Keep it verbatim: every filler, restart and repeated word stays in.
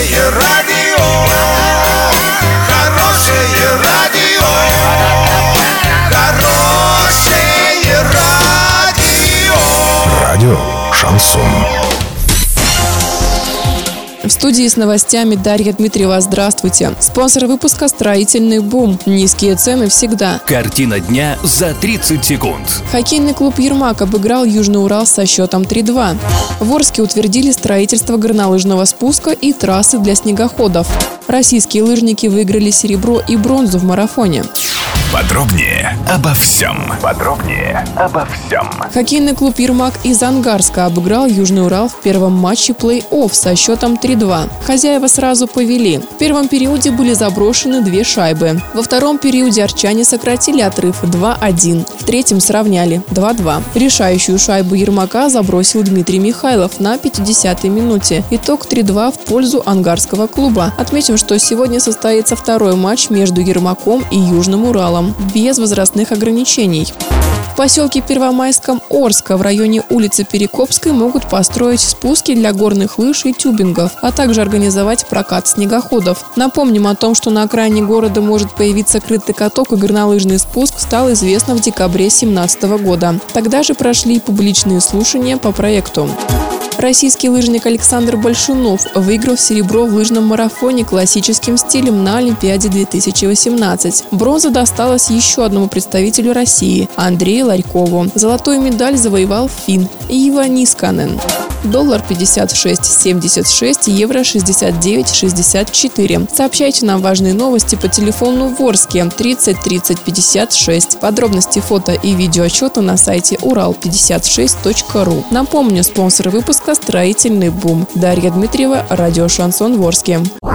Хорошее радио, хорошее радио, хорошее радио. Радио Шансон. В студии с новостями Дарья Дмитриева. Здравствуйте. Спонсор выпуска «Строительный бум». Низкие цены всегда. Картина дня за тридцать секунд. Хоккейный клуб «Ермак» обыграл Южный Урал со счетом три-два. В Орске утвердили строительство горнолыжного спуска и трассы для снегоходов. Российские лыжники выиграли серебро и бронзу в марафоне. Подробнее обо всем. Подробнее обо всем. Хоккейный клуб «Ермак» из Ангарска обыграл Южный Урал в первом матче плей-офф со счетом три-два. Хозяева сразу повели. В первом периоде были заброшены две шайбы. Во втором периоде арчане сократили отрыв два-один. В третьем сравняли два-два. Решающую шайбу «Ермака» забросил Дмитрий Михайлов на пятидесятой минуте. Итог три-два в пользу ангарского клуба. Отметим, что сегодня состоится второй матч между «Ермаком» и Южным Уралом без возрастных ограничений. В поселке Первомайском Орска в районе улицы Перекопской могут построить спуски для горных лыж и тюбингов, а также организовать прокат снегоходов. Напомним о том, что на окраине города может появиться крытый каток и горнолыжный спуск, стало известно в декабре две тысячи семнадцатого года. Тогда же прошли публичные слушания по проекту. Российский лыжник Александр Большунов выиграл серебро в лыжном марафоне классическим стилем на Олимпиаде две тысячи восемнадцать. Бронза досталась еще одному представителю России – Андрею Ларькову. Золотую медаль завоевал финн Ива Нисканен. Доллар пятьдесят шесть семьдесят шесть, евро шестьдесят девять шестьдесят четыре. Сообщайте нам важные новости по телефону в Орске тридцать тридцать пятьдесят шесть. Подробности, фото и видеоотчеты на сайте урал пятьдесят шесть точка ру. Напомню, спонсор выпуска «Строительный бум». Дарья Дмитриева, радио «Шансон» в Орске.